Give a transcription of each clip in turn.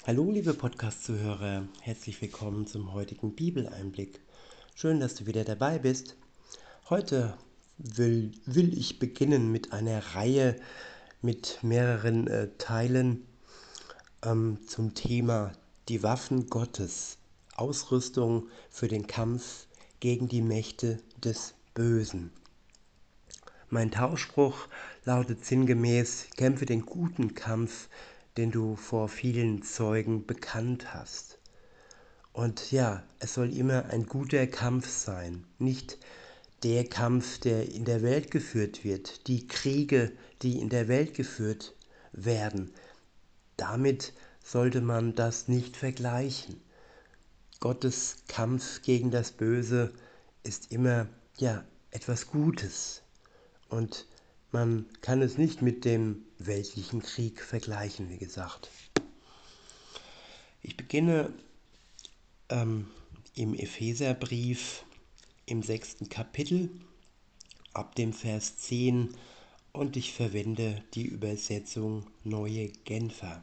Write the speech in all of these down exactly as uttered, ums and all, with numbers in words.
Hallo, liebe Podcast-Zuhörer, herzlich willkommen zum heutigen Bibeleinblick. Schön, dass du wieder dabei bist. Heute will, will ich beginnen mit einer Reihe mit mehreren äh, Teilen ähm, zum Thema die Waffen Gottes, Ausrüstung für den Kampf gegen die Mächte des Bösen. Mein Tauschspruch lautet sinngemäß: Kämpfe den guten Kampf, den du vor vielen Zeugen bekannt hast. Und ja, es soll immer ein guter Kampf sein, nicht der Kampf, der in der Welt geführt wird, die Kriege, die in der Welt geführt werden. Damit sollte man das nicht vergleichen. Gottes Kampf gegen das Böse ist immer ja etwas Gutes und man kann es nicht mit dem weltlichen Krieg vergleichen, wie gesagt. Ich beginne ähm, im Epheserbrief im sechsten Kapitel ab dem Vers zehn und ich verwende die Übersetzung Neue Genfer.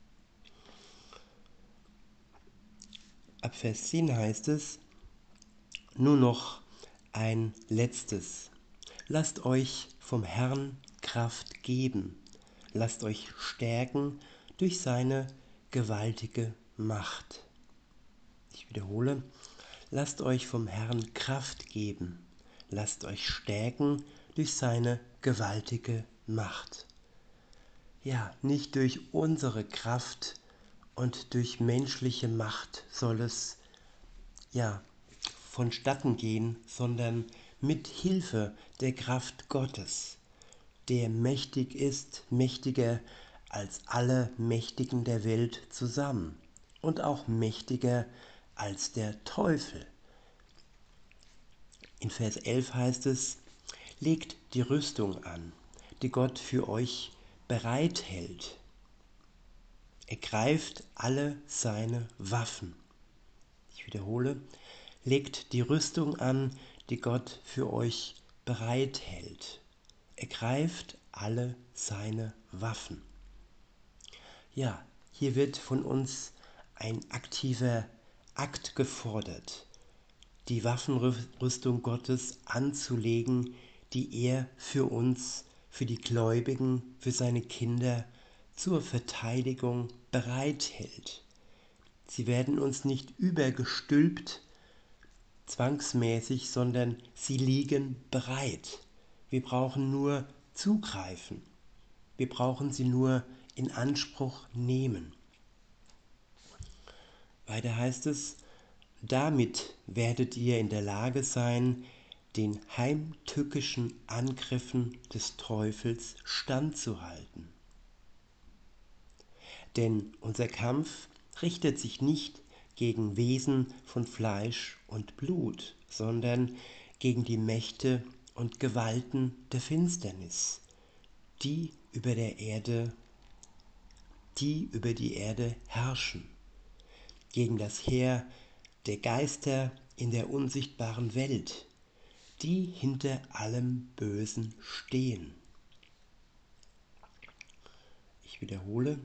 Ab Vers zehn heißt es: Nur noch ein letztes. Lasst euch vom Herrn Kraft geben. Lasst euch stärken durch seine gewaltige Macht. Ich wiederhole: Lasst euch vom Herrn Kraft geben. Lasst euch stärken durch seine gewaltige Macht. Ja, nicht durch unsere Kraft und durch menschliche Macht soll es ja vonstatten gehen, sondern mit Hilfe der Kraft Gottes, der mächtig ist, mächtiger als alle Mächtigen der Welt zusammen und auch mächtiger als der Teufel. In Vers elf heißt es: Legt die Rüstung an, die Gott für euch bereithält. Ergreift alle seine Waffen. Ich wiederhole: Legt die Rüstung an, die Gott für euch bereithält. Ergreift alle seine Waffen. Ja, hier wird von uns ein aktiver Akt gefordert, die Waffenrüstung Gottes anzulegen, die er für uns, für die Gläubigen, für seine Kinder zur Verteidigung bereithält. Sie werden uns nicht übergestülpt, zwangsmäßig, sondern sie liegen bereit. Wir brauchen nur zugreifen. Wir brauchen sie nur in Anspruch nehmen. Weiter heißt es: Damit werdet ihr in der Lage sein, den heimtückischen Angriffen des Teufels standzuhalten. Denn unser Kampf richtet sich nicht gegen Wesen von Fleisch und Blut, sondern gegen die Mächte und Gewalten der Finsternis, die über der Erde, die über die Erde herrschen, gegen das Heer der Geister in der unsichtbaren Welt, die hinter allem Bösen stehen. Ich wiederhole,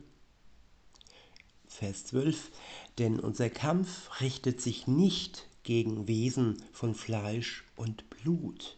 Vers zwölf: Denn unser Kampf richtet sich nicht gegen Wesen von Fleisch und Blut.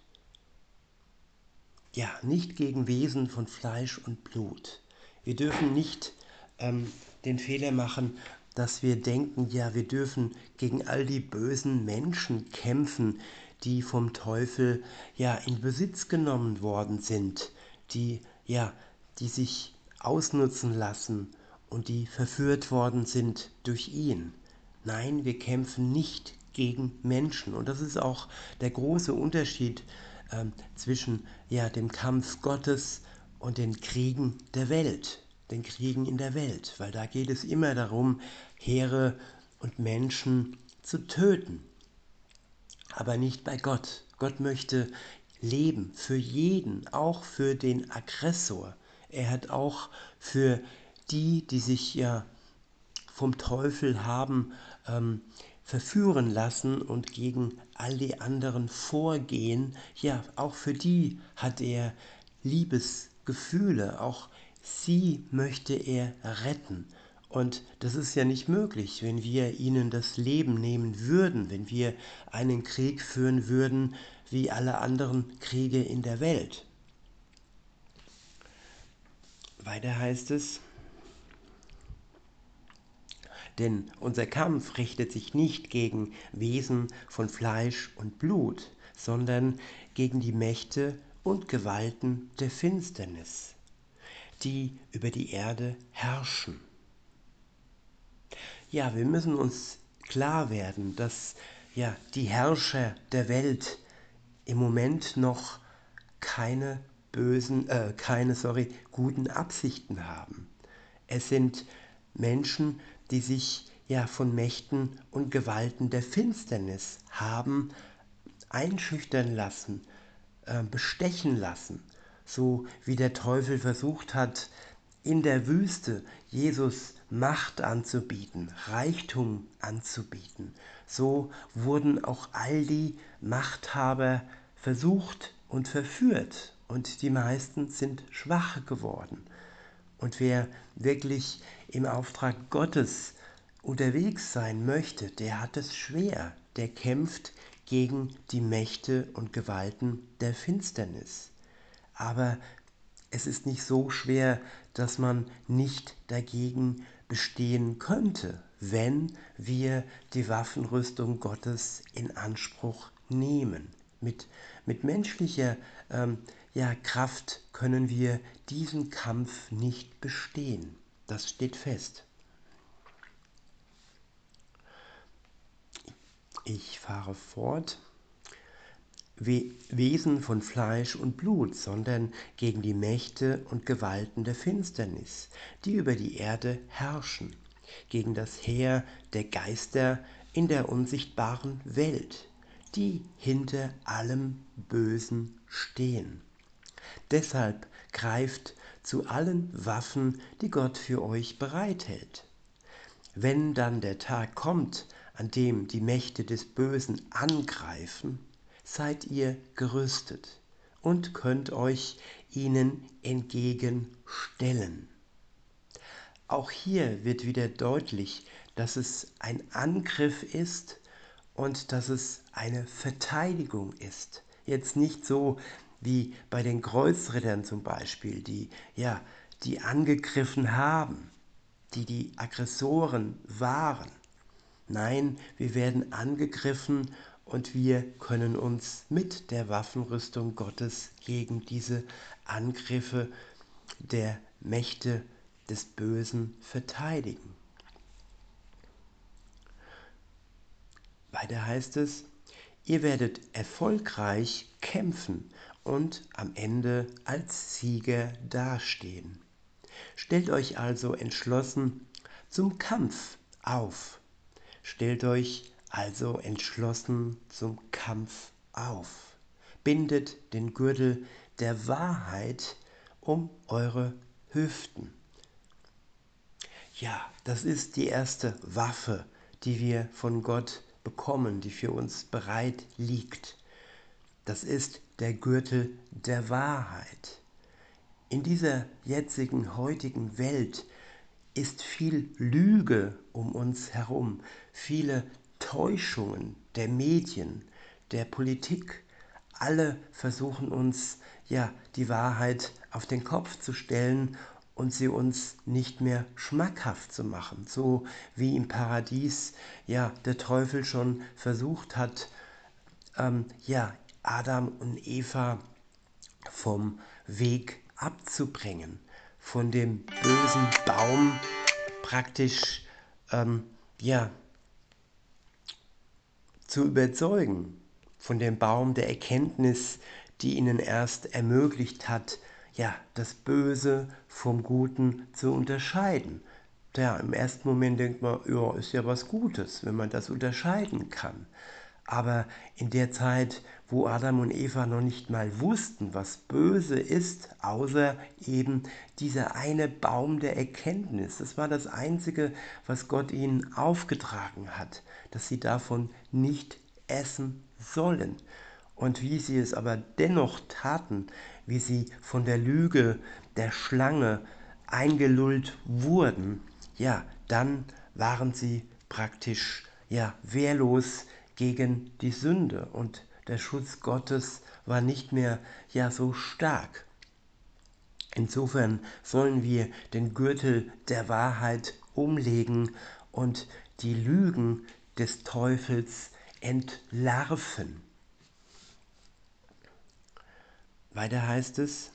Ja, nicht gegen Wesen von Fleisch und Blut. Wir dürfen nicht ähm, den Fehler machen, dass wir denken, ja, wir dürfen gegen all die bösen Menschen kämpfen, die vom Teufel ja in Besitz genommen worden sind, die ja, die sich ausnutzen lassen und die verführt worden sind durch ihn. Nein, wir kämpfen nicht gegen Menschen. Und das ist auch der große Unterschied ähm, zwischen ja, dem Kampf Gottes und den Kriegen der Welt, den Kriegen in der Welt. Weil da geht es immer darum, Heere und Menschen zu töten. Aber nicht bei Gott. Gott möchte Leben für jeden, auch für den Aggressor. Er hat auch für die, die sich ja vom Teufel haben ähm, verführen lassen und gegen all die anderen vorgehen, ja, auch für die hat er Liebesgefühle, auch sie möchte er retten. Und das ist ja nicht möglich, wenn wir ihnen das Leben nehmen würden, wenn wir einen Krieg führen würden wie alle anderen Kriege in der Welt. Weiter heißt es, denn unser Kampf richtet sich nicht gegen Wesen von Fleisch und Blut, sondern gegen die Mächte und Gewalten der Finsternis, die über die Erde herrschen. Ja, wir müssen uns klar werden, dass ja, die Herrscher der Welt im Moment noch keine bösen, äh, keine, sorry, guten Absichten haben. Es sind Menschen, die sich ja von Mächten und Gewalten der Finsternis haben einschüchtern lassen, äh, bestechen lassen, so wie der Teufel versucht hat, in der Wüste Jesus Macht anzubieten, Reichtum anzubieten. So wurden auch all die Machthaber versucht und verführt und die meisten sind schwach geworden. Und wer wirklich im Auftrag Gottes unterwegs sein möchte, der hat es schwer. Der kämpft gegen die Mächte und Gewalten der Finsternis. Aber es ist nicht so schwer, dass man nicht dagegen bestehen könnte, wenn wir die Waffenrüstung Gottes in Anspruch nehmen. Mit, mit menschlicher ähm, ja, Kraft können wir diesen Kampf nicht bestehen. Das steht fest. Ich fahre fort. Wesen von Fleisch und Blut, sondern gegen die Mächte und Gewalten der Finsternis, die über die Erde herrschen, gegen das Heer der Geister in der unsichtbaren Welt, die hinter allem Bösen stehen. Deshalb greift zu allen Waffen, die Gott für euch bereithält. Wenn dann der Tag kommt, an dem die Mächte des Bösen angreifen, seid ihr gerüstet und könnt euch ihnen entgegenstellen. Auch hier wird wieder deutlich, dass es ein Angriff ist und dass es eine Verteidigung ist. Jetzt nicht so wie bei den Kreuzrittern zum Beispiel, die, ja, die angegriffen haben, die die Aggressoren waren. Nein, wir werden angegriffen und wir können uns mit der Waffenrüstung Gottes gegen diese Angriffe der Mächte des Bösen verteidigen. Weiter heißt es, ihr werdet erfolgreich kämpfen und am Ende als Sieger dastehen. Stellt euch also entschlossen zum Kampf auf. Stellt euch also entschlossen zum Kampf auf. Bindet den Gürtel der Wahrheit um eure Hüften. Ja, das ist die erste Waffe, die wir von Gott bekommen, die für uns bereit liegt. Das ist der Gürtel der Wahrheit. In dieser jetzigen, heutigen Welt ist viel Lüge um uns herum, viele Täuschungen der Medien, der Politik. Alle versuchen uns ja die Wahrheit auf den Kopf zu stellen und sie uns nicht mehr schmackhaft zu machen, so wie im Paradies ja der Teufel schon versucht hat, ähm, ja Adam und Eva vom Weg abzubringen, von dem bösen Baum praktisch ähm, ja, zu überzeugen, von dem Baum der Erkenntnis, die ihnen erst ermöglicht hat, ja, das Böse vom Guten zu unterscheiden. Ja, im ersten Moment denkt man, ja, ist ja was Gutes, wenn man das unterscheiden kann. Aber in der Zeit, wo Adam und Eva noch nicht mal wussten, was böse ist, außer eben dieser eine Baum der Erkenntnis, das war das Einzige, was Gott ihnen aufgetragen hat, dass sie davon nicht essen sollen. Und wie sie es aber dennoch taten, wie sie von der Lüge der Schlange eingelullt wurden, ja, dann waren sie praktisch ja, wehrlos gegen die Sünde und der Schutz Gottes war nicht mehr ja, so stark. Insofern sollen wir den Gürtel der Wahrheit umlegen und die Lügen des Teufels entlarven. Weiter heißt es,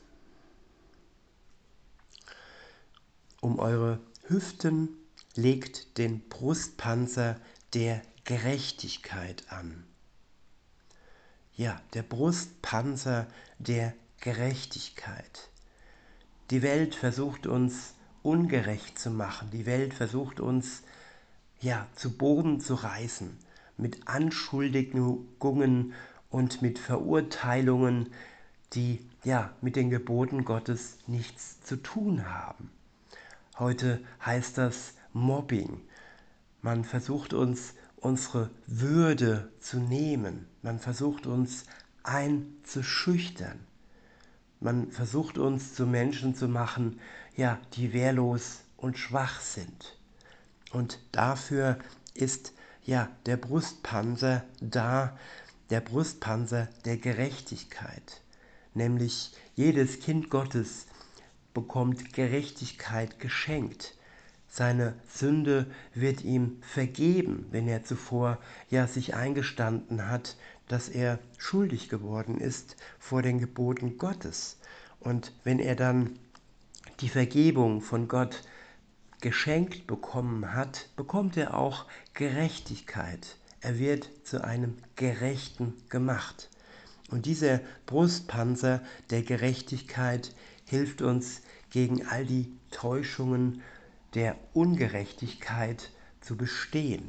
um eure Hüften legt den Brustpanzer der Gerechtigkeit an. Ja, der Brustpanzer der Gerechtigkeit. Die Welt versucht uns ungerecht zu machen. Die Welt versucht uns ja, zu Boden zu reißen mit Anschuldigungen und mit Verurteilungen, die ja mit den Geboten Gottes nichts zu tun haben. Heute heißt das Mobbing. Man versucht uns unsere Würde zu nehmen. Man versucht uns einzuschüchtern. Man versucht uns zu Menschen zu machen, ja, die wehrlos und schwach sind. Und dafür ist ja der Brustpanzer da, der Brustpanzer der Gerechtigkeit. Nämlich jedes Kind Gottes bekommt Gerechtigkeit geschenkt. Seine Sünde wird ihm vergeben, wenn er zuvor ja sich eingestanden hat, dass er schuldig geworden ist vor den Geboten Gottes. Und wenn er dann die Vergebung von Gott geschenkt bekommen hat, bekommt er auch Gerechtigkeit. Er wird zu einem Gerechten gemacht. Und dieser Brustpanzer der Gerechtigkeit hilft uns gegen all die Täuschungen der Ungerechtigkeit zu bestehen.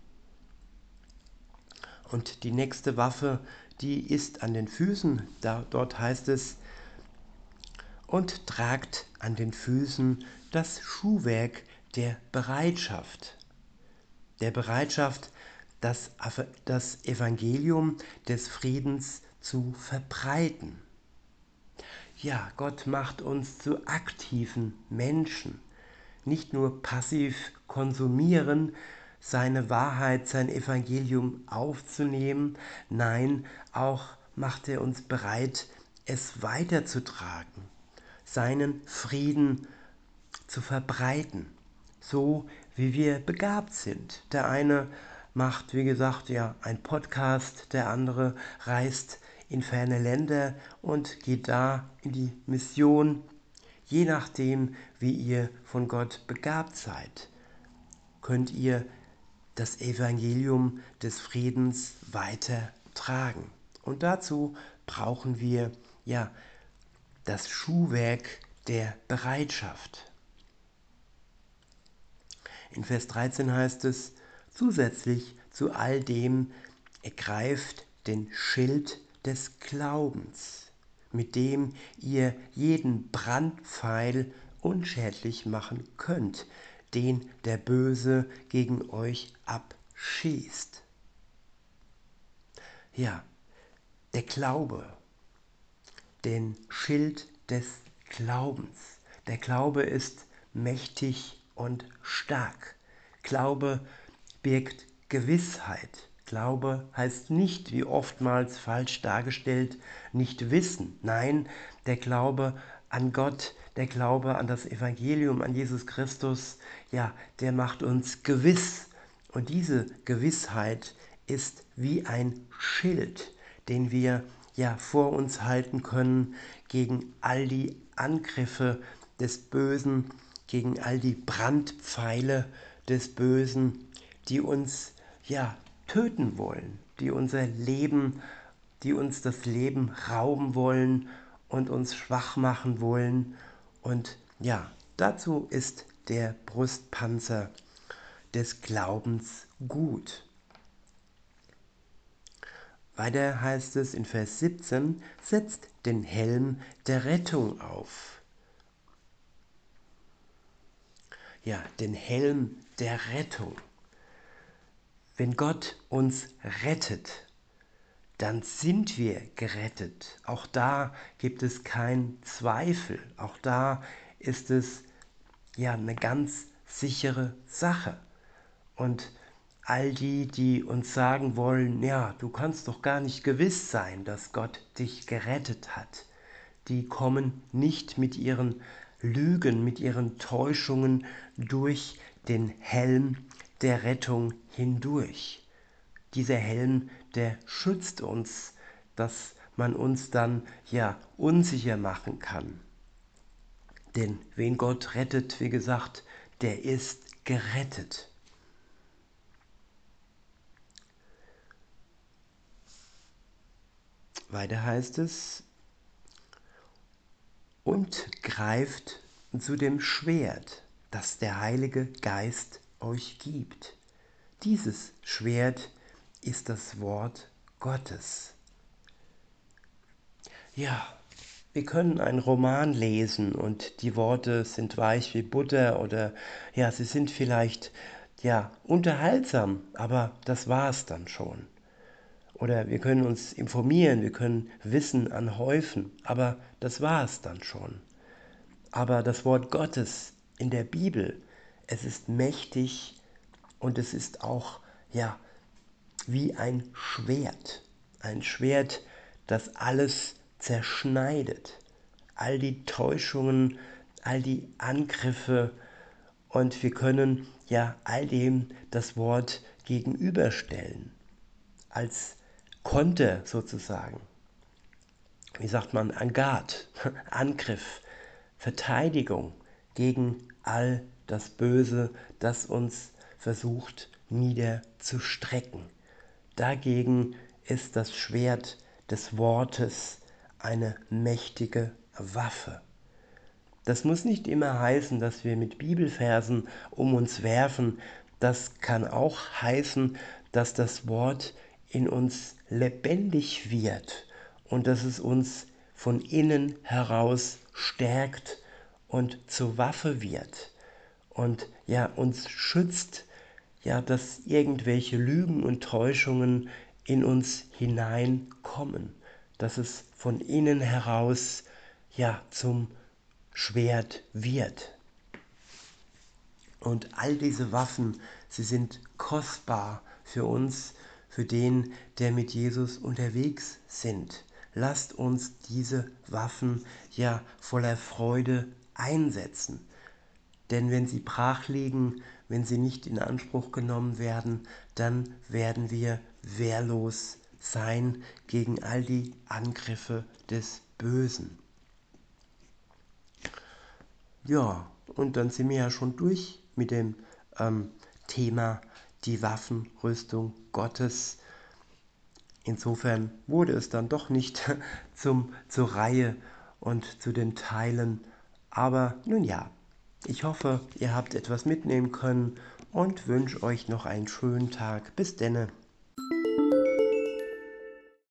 Und die nächste Waffe, die ist an den Füßen. Da, dort heißt es, und tragt an den Füßen das Schuhwerk der Bereitschaft. Der Bereitschaft, das, das Evangelium des Friedens zu verbreiten. Ja, Gott macht uns zu aktiven Menschen. Nicht nur passiv konsumieren, seine Wahrheit, sein Evangelium aufzunehmen. Nein, auch macht er uns bereit, es weiterzutragen, seinen Frieden zu verbreiten, so wie wir begabt sind. Der eine macht, wie gesagt, ja, ein Podcast, der andere reist in ferne Länder und geht da in die Mission. Je nachdem, wie ihr von Gott begabt seid, könnt ihr das Evangelium des Friedens weitertragen. Und dazu brauchen wir ja das Schuhwerk der Bereitschaft. In Vers dreizehn heißt es, zusätzlich zu all dem ergreift den Schild des Glaubens, mit dem ihr jeden Brandpfeil unschädlich machen könnt, den der Böse gegen euch abschießt. Ja, der Glaube, den Schild des Glaubens. Der Glaube ist mächtig und stark. Glaube birgt Gewissheit. Glaube heißt nicht, wie oftmals falsch dargestellt, nicht wissen. Nein, der Glaube an Gott, der Glaube an das Evangelium, an Jesus Christus, ja, der macht uns gewiss. Und diese Gewissheit ist wie ein Schild, den wir ja vor uns halten können gegen all die Angriffe des Bösen, gegen all die Brandpfeile des Bösen, die uns ja töten wollen, die unser Leben, die uns das Leben rauben wollen und uns schwach machen wollen. Und ja, dazu ist der Brustpanzer des Glaubens gut. Weiter heißt es in Vers siebzehn, setzt den Helm der Rettung auf. Ja, den Helm der Rettung. Wenn Gott uns rettet, dann sind wir gerettet. Auch da gibt es keinen Zweifel. Auch da ist es ja eine ganz sichere Sache. Und all die, die uns sagen wollen, ja, du kannst doch gar nicht gewiss sein, dass Gott dich gerettet hat, die kommen nicht mit ihren Lügen, mit ihren Täuschungen durch den Helm der Rettung hindurch. Dieser Helm, der schützt uns, dass man uns dann ja unsicher machen kann. Denn wen Gott rettet, wie gesagt, der ist gerettet. Weiter heißt es, und greift zu dem Schwert, das der Heilige Geist euch gibt. Dieses Schwert ist das Wort Gottes. Ja, wir können einen Roman lesen und die Worte sind weich wie Butter oder ja, sie sind vielleicht ja unterhaltsam, aber das war's dann schon. Oder wir können uns informieren, wir können Wissen anhäufen, aber das war's dann schon. Aber das Wort Gottes in der Bibel, es ist mächtig und es ist auch ja wie ein Schwert. Ein Schwert, das alles zerschneidet. All die Täuschungen, all die Angriffe und wir können ja all dem das Wort gegenüberstellen. Als Konter sozusagen. Wie sagt man? Angat, Angriff, Verteidigung gegen all das Böse, das uns versucht niederzustrecken. Dagegen ist das Schwert des Wortes eine mächtige Waffe. Das muss nicht immer heißen, dass wir mit Bibelversen um uns werfen. Das kann auch heißen, dass das Wort in uns lebendig wird und dass es uns von innen heraus stärkt und zur Waffe wird und ja uns schützt, ja, dass irgendwelche Lügen und Täuschungen in uns hineinkommen, dass es von innen heraus ja zum Schwert wird. Und all diese Waffen, sie sind kostbar für uns, für den, der mit Jesus unterwegs sind. Lasst uns diese Waffen ja voller Freude einsetzen. Denn wenn sie brach liegen, wenn sie nicht in Anspruch genommen werden, dann werden wir wehrlos sein gegen all die Angriffe des Bösen. Ja, und dann sind wir ja schon durch mit dem ähm, Thema die Waffenrüstung Gottes. Insofern wurde es dann doch nicht zum, zur Reihe und zu den Teilen. Aber nun ja, ich hoffe, ihr habt etwas mitnehmen können und wünsche euch noch einen schönen Tag. Bis denne.